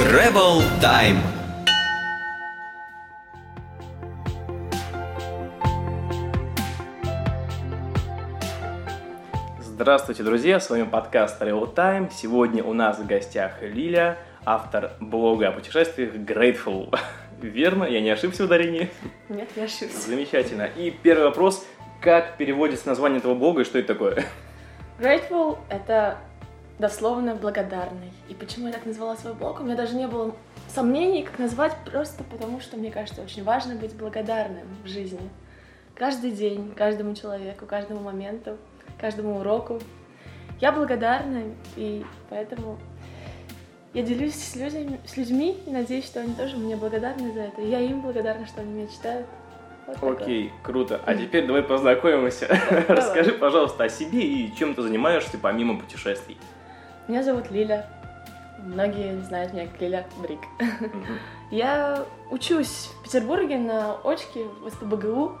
Travel Time. Здравствуйте, друзья! С вами подкаст Travel Time. Сегодня у нас в гостях Лиля, автор блога о путешествиях Grateful. Верно? Я не ошибся в ударении? Нет, не ошибся. Замечательно. И первый вопрос. Как переводится название этого блога и что это такое? Grateful — это дословно благодарный. И почему я так назвала свой блог? У меня даже не было сомнений, как назвать, просто потому что, мне кажется, очень важно быть благодарным в жизни. Каждый день, каждому человеку, каждому моменту, каждому уроку. Я благодарна, и поэтому я делюсь с людьми и надеюсь, что они тоже мне благодарны за это. И я им благодарна, что они меня читают. Вот Окей, круто. А теперь давай познакомимся. Расскажи, пожалуйста, о себе и чем ты занимаешься помимо путешествий. Меня зовут Лиля. Многие знают меня как Лиля Брик. Я учусь в Петербурге на очке в СПбГУ.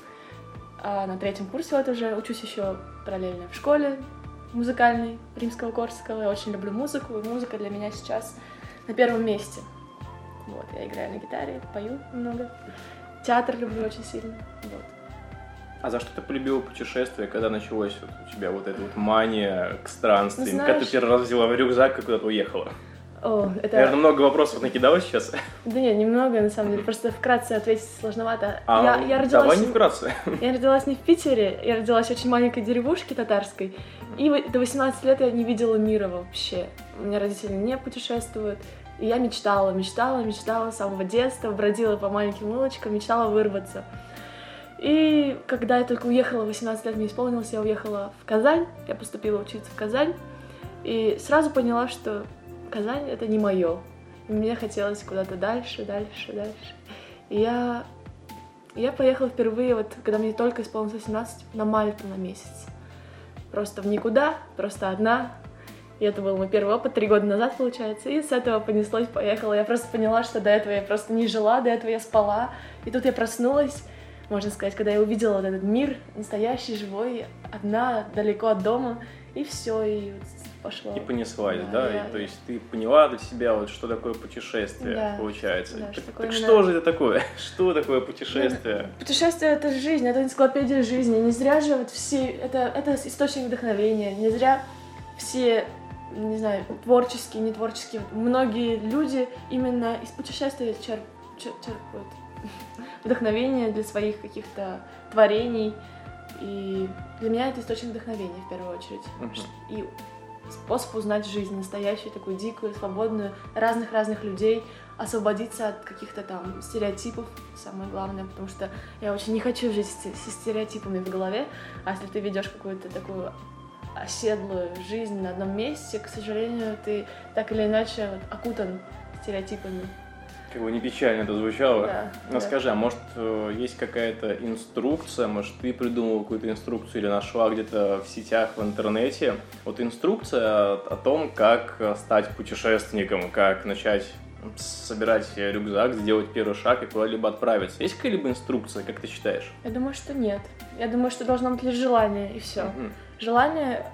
На 3-м курсе вот уже учусь еще параллельно в школе музыкальной Римского-Корсакова. Я очень люблю музыку, и музыка для меня сейчас на первом месте. Вот, я играю на гитаре, пою много. Театр люблю очень сильно. Вот. А за что ты полюбила путешествие, когда началась вот у тебя вот эта вот мания к странствиям? Знаешь... Когда ты первый раз взяла рюкзак и куда-то уехала? Это... Наверное, много вопросов накидала сейчас. Да нет, немного, на самом деле. Просто вкратце ответить сложновато. Я родилась... Давай не вкратце. Я родилась не в Питере, я родилась в очень маленькой деревушке татарской. И до 18 лет я не видела мира вообще. У меня родители не путешествуют. И я мечтала с самого детства, бродила по маленьким улочкам, мечтала вырваться. И когда я только уехала, 18 лет мне исполнилось, я уехала в Казань, я поступила учиться в Казань. И сразу поняла, что Казань — это не мое. И мне хотелось куда-то дальше. И я поехала впервые, вот когда мне только исполнилось 18, на Мальту на месяц. Просто в никуда, просто одна. И это был мой первый опыт 3 года назад, получается. И с этого понеслось, поехала. Я просто поняла, что до этого я просто не жила, до этого я спала. И тут я проснулась, можно сказать, когда я увидела вот этот мир настоящий, живой, одна, далеко от дома. И все, и вот пошло. И понеслась, да? То есть ты поняла для себя, вот, что такое путешествие, получается. Да, так что же это такое? Что такое путешествие? Путешествие — это жизнь, это энциклопедия жизни. Не зря же вот все... Это источник вдохновения. Не зря все, не знаю, творческие, не творческие, многие люди именно из путешествия черпают вдохновение для своих каких-то творений. И для меня это источник вдохновения в первую очередь. И способ узнать жизнь настоящую, такую дикую, свободную, разных людей, освободиться от каких-то там стереотипов, самое главное, потому что я очень не хочу жить со стереотипами в голове, а если ты ведешь какую-то такую оседлую жизнь на одном месте, к сожалению, ты так или иначе вот окутан стереотипами. Как бы не печально это звучало. Да. Скажи, а может есть какая-то инструкция, может ты придумала какую-то инструкцию или нашла где-то в сетях, в интернете, вот инструкция о том, как стать путешественником, как начать собирать рюкзак, сделать первый шаг и куда-либо отправиться. Есть какая-либо инструкция, как ты считаешь? Я думаю, что нет. Я думаю, что должно быть лишь желание, и все. Желание...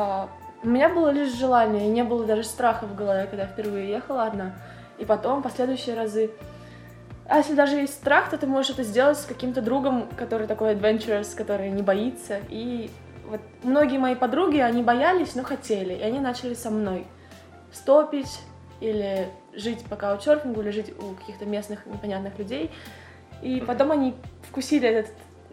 У меня было лишь желание, и не было даже страха в голове, когда я впервые ехала одна. И потом, последующие разы. А если даже есть страх, то ты можешь это сделать с каким-то другом, который такой adventurous, который не боится. И вот многие мои подруги, они боялись, но хотели. И они начали со мной стопить или жить по каучсерфингу, или жить у каких-то местных непонятных людей. И потом они вкусили эту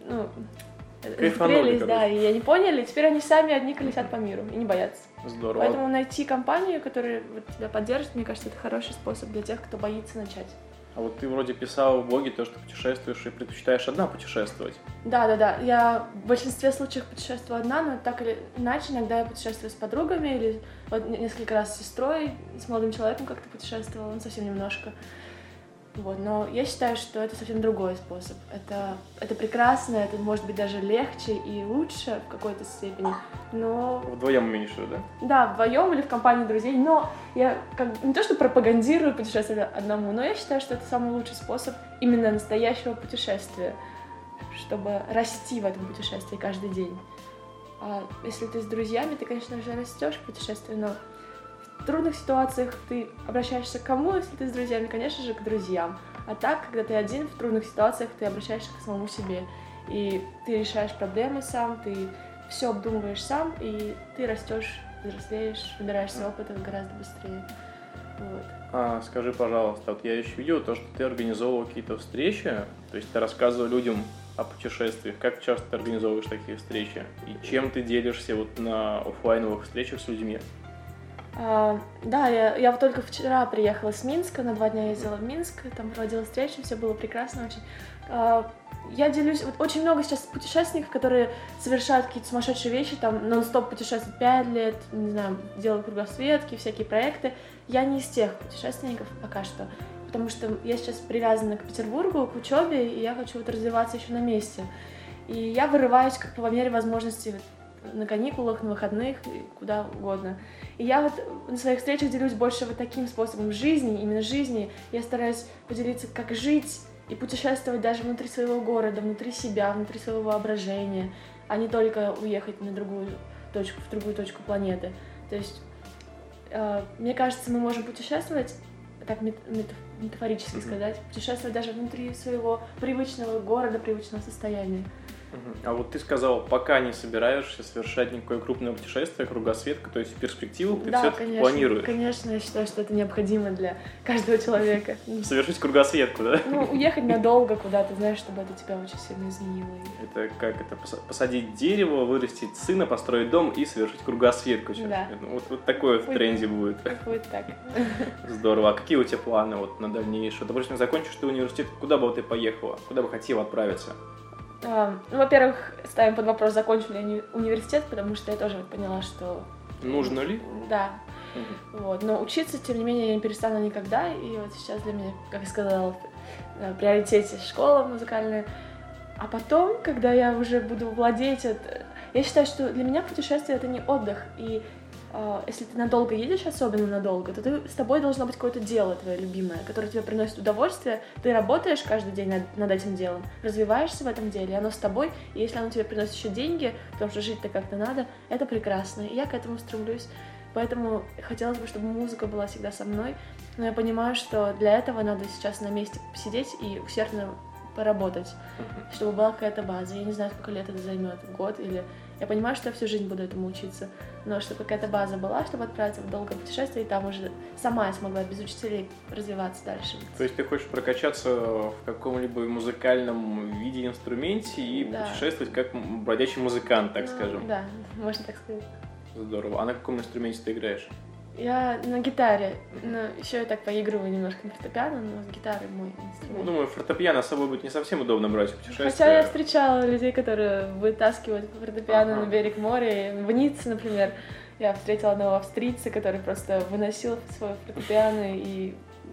прелесть, да, и они поняли, и теперь они сами одни колесят по миру и не боятся. Здорово. Поэтому найти компанию, которая тебя поддержит, мне кажется, это хороший способ для тех, кто боится начать. А вот ты вроде писала в блоге то, что путешествуешь и предпочитаешь одна путешествовать. Да. Я в большинстве случаев путешествую одна, но так или иначе иногда я путешествую с подругами или вот несколько раз с сестрой, с молодым человеком как-то путешествовала, ну совсем немножко. Вот, но я считаю, что это совсем другой способ. Это прекрасно, это может быть даже легче и лучше в какой-то степени, но... Вдвоем имеешь в виду, да? Да, вдвоем или в компании друзей, но я не то что пропагандирую путешествие одному, но я считаю, что это самый лучший способ именно настоящего путешествия, чтобы расти в этом путешествии каждый день. А если ты с друзьями, ты, конечно же, растешь в путешествии, но в трудных ситуациях ты обращаешься к кому, если ты с друзьями? Конечно же, к друзьям. А так, когда ты один, в трудных ситуациях ты обращаешься к самому себе. И ты решаешь проблемы сам, ты все обдумываешь сам, и ты растешь, взрослеешь, набираешься опыта гораздо быстрее. Вот. Скажи, пожалуйста, вот я еще видел то, что ты организовывал какие-то встречи, то есть ты рассказывал людям о путешествиях. Как часто ты организовываешь такие встречи? И чем ты делишься вот на офлайновых встречах с людьми? Да, я вот только вчера приехала с Минска, на 2 дня ездила в Минск, там проводила встречи, все было прекрасно очень. Я делюсь, вот очень много сейчас путешественников, которые совершают какие-то сумасшедшие вещи, там нон-стоп путешествуют 5 лет, не знаю, делают кругосветки, всякие проекты. Я не из тех путешественников пока что, потому что я сейчас привязана к Петербургу, к учебе, и я хочу вот развиваться еще на месте. И я вырываюсь как по мере возможности на каникулах, на выходных, куда угодно. И я вот на своих встречах делюсь больше вот таким способом жизни, именно жизни. Я стараюсь поделиться, как жить и путешествовать даже внутри своего города, внутри себя, внутри своего воображения, а не только уехать на другую точку, в другую точку планеты. То есть, мне кажется, мы можем путешествовать, так метафорически сказать, путешествовать даже внутри своего привычного города, привычного состояния. А вот ты сказал, пока не собираешься совершать никакое крупное путешествие, кругосветка, то есть в перспективу ты все-таки планируешь? Конечно, я считаю, что это необходимо для каждого человека. Совершить кругосветку, да? Ну, уехать надолго куда-то, знаешь, чтобы это тебя очень сильно изменило. Это как это? Посадить дерево, вырастить сына, построить дом и совершить кругосветку. Да. Вот такое в тренде будет. Будет так. Здорово. А какие у тебя планы вот на дальнейшее? Допустим, закончишь ты университет, куда бы ты поехала? Куда бы хотела отправиться? Ну, во-первых, ставим под вопрос, закончу ли я университет, потому что я тоже поняла, что... Нужно ли? Да. Вот. Но учиться, тем не менее, я не перестану никогда. И вот сейчас для меня, как я сказала, в приоритете школа музыкальная. А потом, когда я уже буду владеть... Я считаю, что для меня путешествие — это не отдых. И если ты надолго едешь, особенно надолго, то с тобой должно быть какое-то дело твое любимое, которое тебе приносит удовольствие. Ты работаешь каждый день над этим делом, развиваешься в этом деле, оно с тобой. И если оно тебе приносит еще деньги, потому что жить-то как-то надо, это прекрасно. И я к этому стремлюсь. Поэтому хотелось бы, чтобы музыка была всегда со мной. Но я понимаю, что для этого надо сейчас на месте посидеть и усердно поработать, чтобы была какая-то база. Я не знаю, сколько лет это займет, год или... Я понимаю, что я всю жизнь буду этому учиться, но чтобы какая-то база была, чтобы отправиться в долгое путешествие, и там уже сама я смогла без учителей развиваться дальше. То есть ты хочешь прокачаться в каком-либо музыкальном виде, инструменте и путешествовать как бродячий музыкант, так скажем? Да, можно так сказать. Здорово. А на каком инструменте ты играешь? Я на гитаре, но еще я так поигрываю немножко на фортепиано, но с гитарой мой инструмент. Думаю, фортепиано с собой будет не совсем удобно брать в путешествие. Хотя я встречала людей, которые вытаскивают фортепиано на берег моря. В Ницце, например, я встретила одного австрийца, который просто выносил свое фортепиано и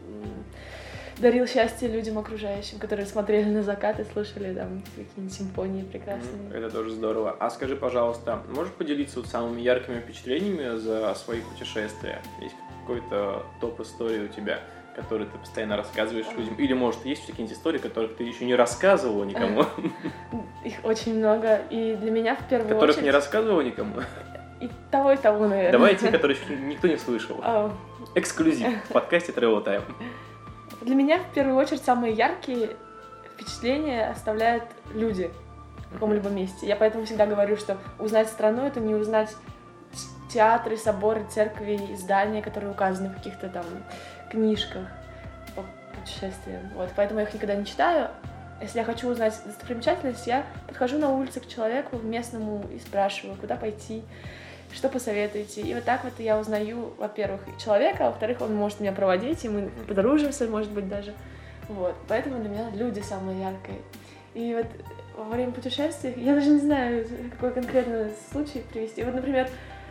дарил счастье людям окружающим, которые смотрели на закат и слушали там какие-нибудь симфонии прекрасные. Это тоже здорово. А скажи, пожалуйста, можешь поделиться вот самыми яркими впечатлениями за свои путешествия? Есть какой-то топ истории у тебя, который ты постоянно рассказываешь людям? Или, может, есть какие-нибудь истории, которых ты еще не рассказывала никому? Их очень много. И для меня в первую которых очередь... не рассказывала никому? И того, наверное. Давай те, которые еще никто не слышал. Эксклюзив в подкасте Travel Time. Для меня, в первую очередь, самые яркие впечатления оставляют люди в каком-либо месте. Я поэтому всегда говорю, что узнать страну — это не узнать театры, соборы, церкви, здания, которые указаны в каких-то там книжках по путешествиям. Вот, поэтому я их никогда не читаю. Если я хочу узнать достопримечательность, я подхожу на улице к человеку местному и спрашиваю, куда пойти, что посоветуете. И вот так вот я узнаю, во-первых, человека, а во-вторых, он может меня проводить, и мы подружимся, может быть, даже. Вот. Поэтому для меня люди самые яркие. И вот во время путешествий, я даже не знаю, какой конкретно случай привести. Вот, например,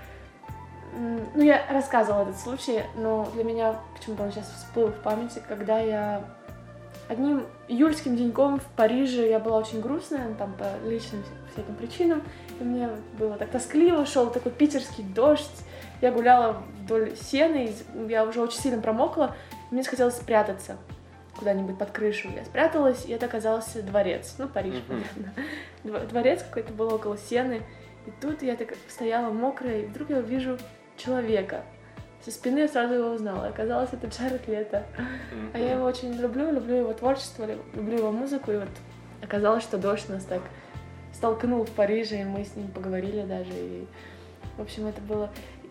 ну, я рассказывала этот случай, но для меня почему-то он сейчас всплыл в памяти, когда я одним июльским деньком в Париже, я была очень грустная, там по личным всяким причинам, и мне было так тоскливо, шел такой питерский дождь, я гуляла вдоль Сены, я уже очень сильно промокла, и мне захотелось спрятаться куда-нибудь под крышу. Я спряталась, и это оказался дворец, ну, Париж, понятно. Дворец какой-то был около Сены, и тут я так стояла мокрая, и вдруг я вижу человека со спины я сразу его узнала. Оказалось, это Джаред Лето. А я его очень люблю его творчество, люблю его музыку. И вот оказалось, что дождь нас так столкнул в Париже, и мы с ним поговорили даже. И, в общем, это было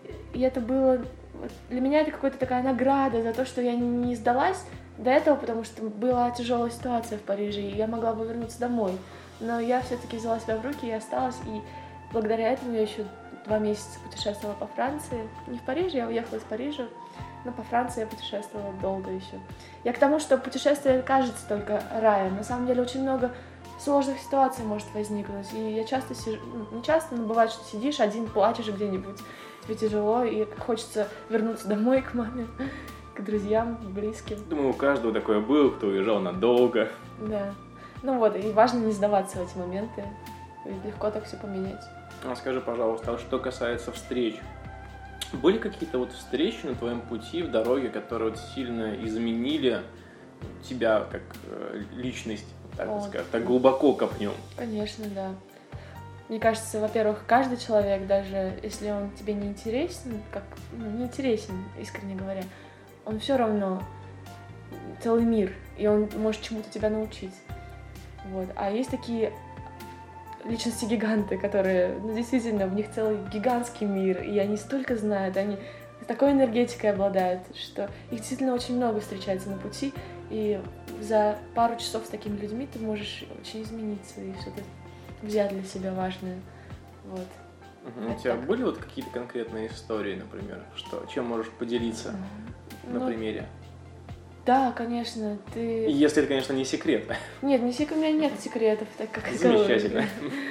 для меня это какая-то такая награда за то, что я не сдалась до этого, потому что была тяжелая ситуация в Париже, и я могла бы вернуться домой. Но я все-таки взяла себя в руки и осталась, и благодаря этому я еще 2 месяца путешествовала по Франции. Не в Париже, я уехала из Парижа, но по Франции я путешествовала долго еще. Я к тому, что путешествие кажется только раем. На самом деле очень много сложных ситуаций может возникнуть. И я часто сижу, не часто, но бывает, что сидишь один, плачешь где-нибудь, тебе тяжело, и хочется вернуться домой к маме, к друзьям, к близким. Думаю, у каждого такое было, кто уезжал надолго. Да. Ну вот, и важно не сдаваться в эти моменты, и легко так все поменять. А скажи, пожалуйста, а что касается встреч, были какие-то вот встречи на твоем пути в дороге, которые вот сильно изменили тебя как личность, так сказать, так глубоко копнем? Конечно, да. Мне кажется, во-первых, каждый человек, даже если он тебе не интересен, не интересен, искренне говоря, он все равно целый мир, и он может чему-то тебя научить. Вот. А есть такие личности-гиганты, которые, действительно, в них целый гигантский мир, и они столько знают, они такой энергетикой обладают, что их действительно очень много встречается на пути, и за пару часов с такими людьми ты можешь очень измениться и что-то взять для себя важное. Вот. У тебя были вот какие-то конкретные истории, например, чем можешь поделиться на примере? Да, конечно, ты... Если это, конечно, не секрет. Нет, у меня нет секретов, так как... Замечательно.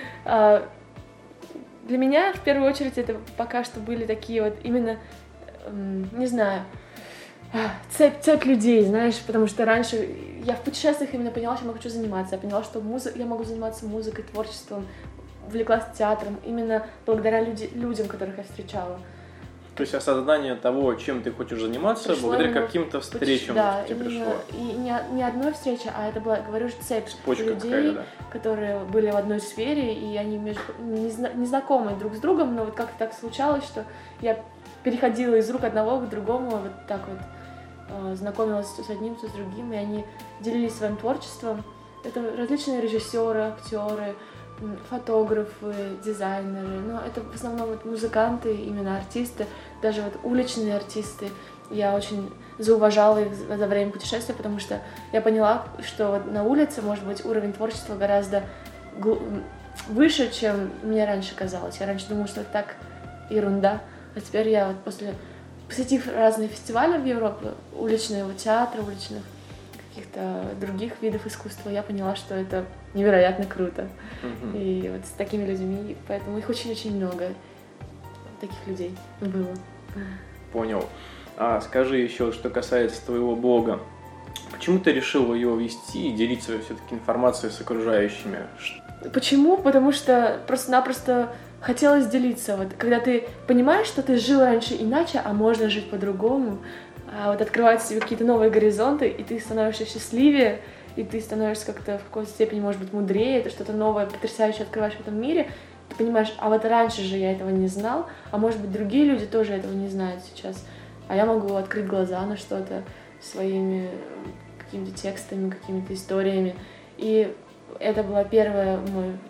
Для меня, в первую очередь, это пока что были такие вот именно, не знаю, цепь людей, знаешь, потому что раньше я в путешествиях именно поняла, чем я хочу заниматься. Я поняла, что я могу заниматься музыкой, творчеством, увлеклась театром именно благодаря людям, которых я встречала. То есть осознание того, чем ты хочешь заниматься, благодаря каким-то встречам тебе пришло. И не одной встрече, а это была, говорю же, цепь людей, которые были в одной сфере, и они не знакомы друг с другом, но вот как-то так случалось, что я переходила из рук одного к другому, вот так вот знакомилась с одним, с другим, и они делились своим творчеством. Это различные режиссеры, актеры, фотографы, дизайнеры, но это в основном вот музыканты, именно артисты, даже вот уличные артисты. Я очень зауважала их за время путешествия, потому что я поняла, что вот на улице, может быть, уровень творчества гораздо выше, чем мне раньше казалось. Я раньше думала, что это так ерунда, а теперь я вот посетив разные фестивали в Европе, уличного театра, уличных каких-то других видов искусства, я поняла, что это невероятно круто. И вот с такими людьми, поэтому их очень-очень много, таких людей было. Понял. А скажи еще, что касается твоего блога. Почему ты решила его вести и делиться все-таки информацией с окружающими? Почему? Потому что просто-напросто хотелось делиться. Вот когда ты понимаешь, что ты жил раньше иначе, а можно жить по-другому, а вот открываются тебе какие-то новые горизонты, и ты становишься счастливее, и ты становишься как-то в какой-то степени, может быть, мудрее, ты что-то новое, потрясающее открываешь в этом мире, ты понимаешь, а вот раньше же я этого не знал, а может быть, другие люди тоже этого не знают сейчас, а я могу открыть глаза на что-то своими какими-то текстами, какими-то историями, и это было первое,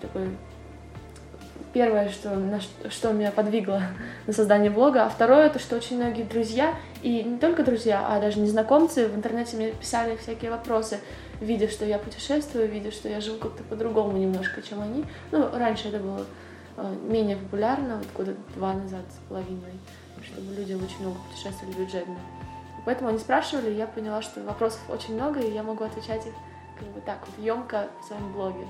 что меня подвигло на создание блога. А второе, это что очень многие друзья, и не только друзья, а даже незнакомцы в интернете мне писали всякие вопросы, видя, что я путешествую, видя, что я живу как-то по-другому немножко, чем они. Ну, раньше это было менее популярно, вот года 2 назад с половиной, чтобы люди очень много путешествовали бюджетно. И поэтому они спрашивали, и я поняла, что вопросов очень много, и я могу отвечать их как бы так вот ёмко в своем блоге.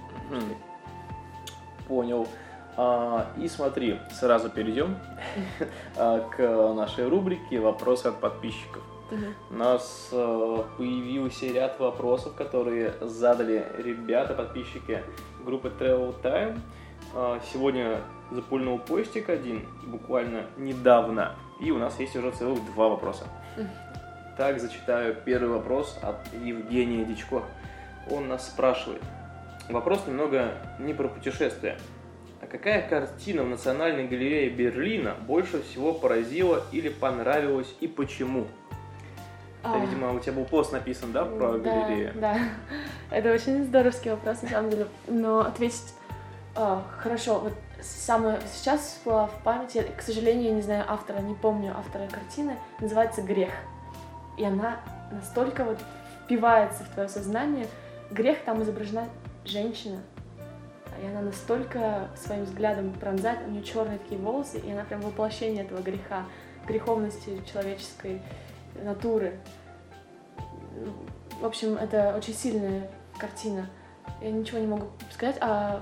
Понял. И смотри, сразу перейдем к нашей рубрике «Вопросы от подписчиков». У нас появился ряд вопросов, которые задали ребята, подписчики группы Travel Time. Сегодня запульнул постик один, буквально недавно, и у нас есть уже целых 2 вопроса. Так, зачитаю первый вопрос от Евгения Дичко. Он нас спрашивает. Вопрос немного не про путешествия. А какая картина в Национальной галерее Берлина больше всего поразила или понравилась и почему? Это, видимо, у тебя был пост написан, да, про галерею? Да, это очень здоровский вопрос, на самом деле. Но ответить хорошо, вот самое сейчас всплыла в памяти, к сожалению, я не знаю автора, не помню автора картины, называется «Грех». И она настолько вот впивается в твое сознание. Грех, там изображена женщина, и она настолько своим взглядом пронзает, у нее черные такие волосы, и она прям воплощение этого греха, греховности человеческой натуры. В общем, это очень сильная картина. Я ничего не могу сказать,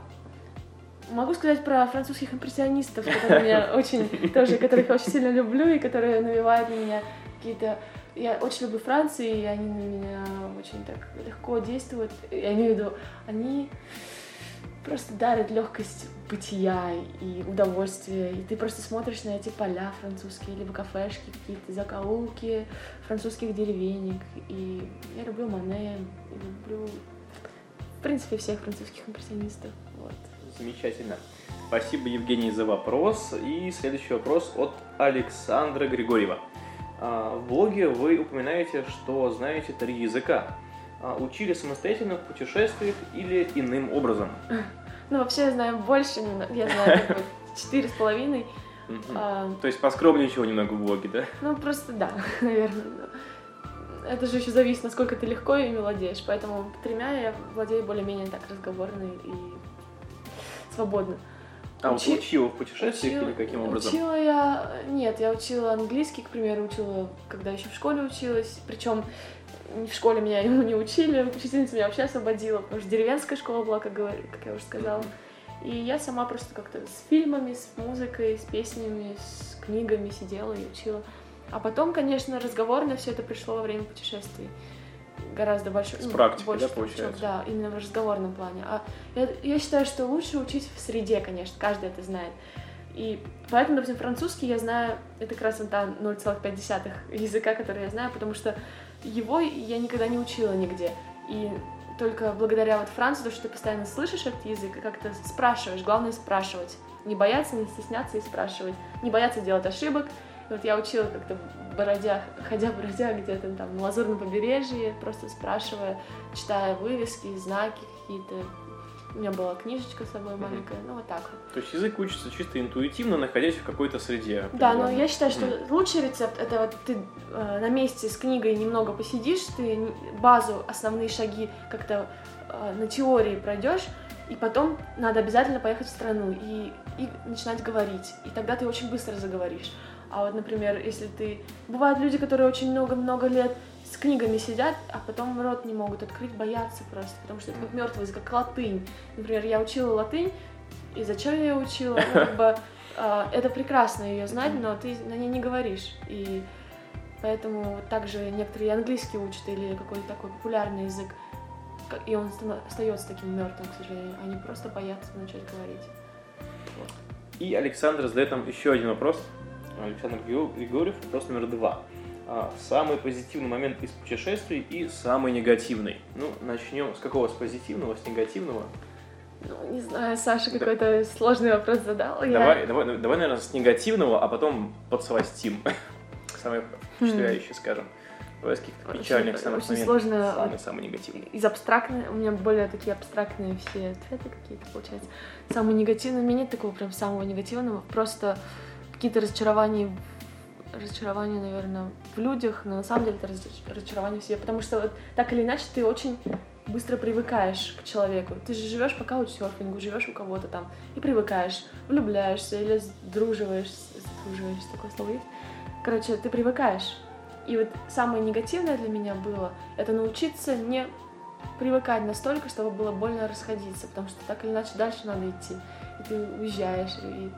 могу сказать про французских импрессионистов, которые меня очень тоже, которых я очень сильно люблю и которые навевают на меня какие-то. Я очень люблю Францию, и они на меня очень так легко действуют. Я имею в виду, они просто дарят легкость бытия и удовольствие. И ты просто смотришь на эти поля французские, либо кафешки, какие-то закоулки французских деревенек. И я люблю Мане, и люблю, в принципе, всех французских импрессионистов. Вот. Замечательно. Спасибо, Евгений, за вопрос. И следующий вопрос от Александра Григорьева. В блоге вы упоминаете, что знаете 3 языка. Учили самостоятельно в путешествиях или иным образом? Ну, вообще я знаю больше, я знаю 4,5. То есть поскромничал немного в блоге, да? Ну, просто да, наверное. Это же еще зависит, насколько ты легко ими владеешь. Поэтому 3 я владею более-менее так разговорно и свободно. Учила в путешествиях или каким образом? Нет, я учила английский, к примеру, учила, когда еще в школе училась. Причем в школе меня ему не учили, учительница меня вообще освободила, потому что деревенская школа была, как я уже сказала. И я сама просто как-то с фильмами, с музыкой, с песнями, с книгами сидела и учила. А потом, конечно, разговорно все это пришло во время путешествий. Гораздо больше. С практикой, больше да, получается? Да, именно в разговорном плане. Я считаю, что лучше учить в среде, конечно, каждый это знает. И поэтому, допустим, французский я знаю, это как раз 0,5 языка, который я знаю, потому что его я никогда не учила нигде. И только благодаря вот Франции, то, что ты постоянно слышишь этот язык и как-то спрашиваешь, главное спрашивать. Не бояться, не стесняться и спрашивать. Не бояться делать ошибок. И вот я учила как-то бродя где-то там на Лазурном побережье, просто спрашивая, читая вывески, знаки какие-то. У меня была книжечка с собой маленькая, ну вот так вот. То есть язык учится чисто интуитивно, находясь в какой-то среде. Да, но я считаю, что лучший рецепт — это вот ты на месте с книгой немного посидишь, ты базу, основные шаги как-то на теории пройдешь, и потом надо обязательно поехать в страну и начинать говорить, и тогда ты очень быстро заговоришь. А вот, например, если ты... Бывают люди, которые очень много-много лет с книгами сидят, а потом рот не могут открыть, боятся просто, потому что это как мертвый язык, как латынь. Например, я учила латынь, и зачем я ее учила? Ну, как бы, это прекрасно ее знать, но ты на ней не говоришь. И поэтому также некоторые английский учат или какой-то такой популярный язык, и он остается таким мертвым, к сожалению. Они просто боятся начать говорить. Вот. И Александр задает нам еще один вопрос. Александр Григорьев, вопрос номер 2. Самый позитивный момент из путешествий и самый негативный. Ну, начнем с какого? С позитивного, с негативного? Ну, не знаю, Саша какой-то сложный вопрос задал. Давай, наверное, с негативного, а потом подсластим. Самое впечатляющее, скажем. Давай с каких-то печальных самых очень моментов. Сложно. Самый негативный. Из абстрактных, у меня более такие абстрактные все цветы какие-то получаются. Самый негативный, у меня нет такого прям самого негативного, просто какие-то разочарования, наверное, в людях, но на самом деле это разочарование в себе, потому что вот, так или иначе ты очень быстро привыкаешь к человеку. Ты же живешь по каучсерфингу, живешь у кого-то там и привыкаешь, влюбляешься или сдруживаешься, такое слово есть. Короче, ты привыкаешь. И вот самое негативное для меня было это научиться не привыкать настолько, чтобы было больно расходиться, потому что так или иначе дальше надо идти. И ты уезжаешь,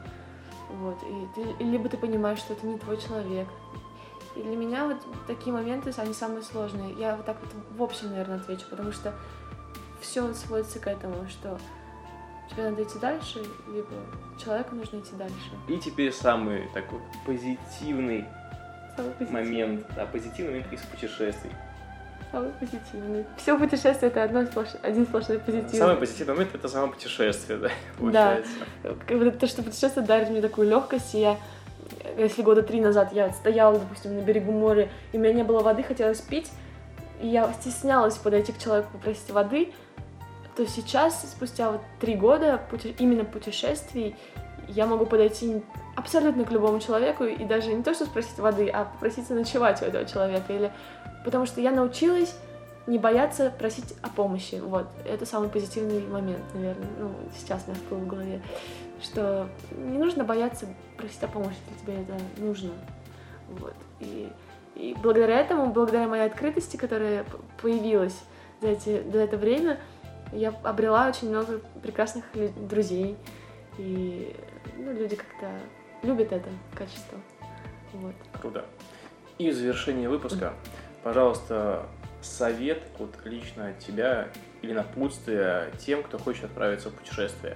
и либо ты понимаешь, что это не твой человек. И для меня вот такие моменты, они самые сложные. Я вот так вот в общем, наверное, отвечу, потому что все сводится к этому, что тебе надо идти дальше, либо человеку нужно идти дальше. И теперь самый такой позитивный момент, да, позитивный момент из путешествий. Самый позитивный. Все путешествие — это один сплошной позитив. Самый позитивный момент — это само путешествие, да, Да. получается. То, что путешествие дарит мне такую легкость, и если года 3 назад я стояла, допустим, на берегу моря, и у меня не было воды, хотелось пить, и я стеснялась подойти к человеку попросить воды, то сейчас, спустя 3 года именно путешествий, я могу подойти абсолютно к любому человеку, и даже не то, что спросить воды, а попросить ночевать у этого человека. Потому что я научилась не бояться просить о помощи. Вот. Это самый позитивный момент, наверное. Сейчас у меня всплыл в голове. Что не нужно бояться просить о помощи, если тебе это нужно. Вот. И благодаря этому, благодаря моей открытости, которая появилась за это время, я обрела очень много прекрасных друзей. И люди как-то любят это качество. Вот. Круто. И в завершение выпуска, пожалуйста, совет лично от тебя или напутствие тем, кто хочет отправиться в путешествие.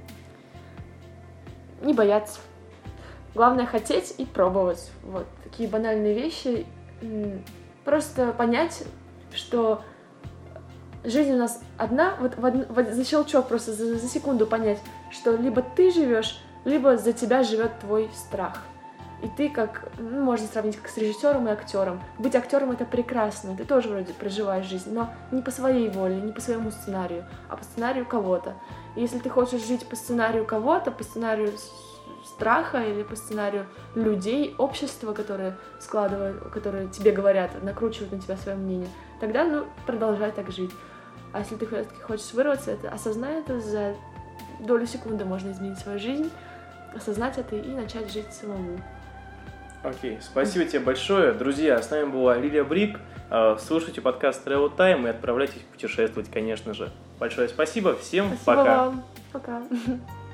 Не бояться. Главное хотеть и пробовать. Вот. Такие банальные вещи. Просто понять, что жизнь у нас одна, за щелчок просто, за секунду понять, что либо ты живешь, либо за тебя живет твой страх. И ты можно сравнить как с режиссером и актером. Быть актером — это прекрасно, ты тоже вроде проживаешь жизнь, но не по своей воле, не по своему сценарию, а по сценарию кого-то. И если ты хочешь жить по сценарию кого-то, по сценарию страха или по сценарию людей, общества, которые тебе говорят, накручивают на тебя свое мнение, тогда, продолжай так жить. А если ты хочешь вырваться, осознай это, за долю секунды можно изменить свою жизнь, осознать это и начать жить самому. Окей, спасибо тебе большое. Друзья, с нами была Лилия Брик. Слушайте подкаст Travel Time и отправляйтесь путешествовать, конечно же. Большое спасибо, всем спасибо пока. Вам. Пока.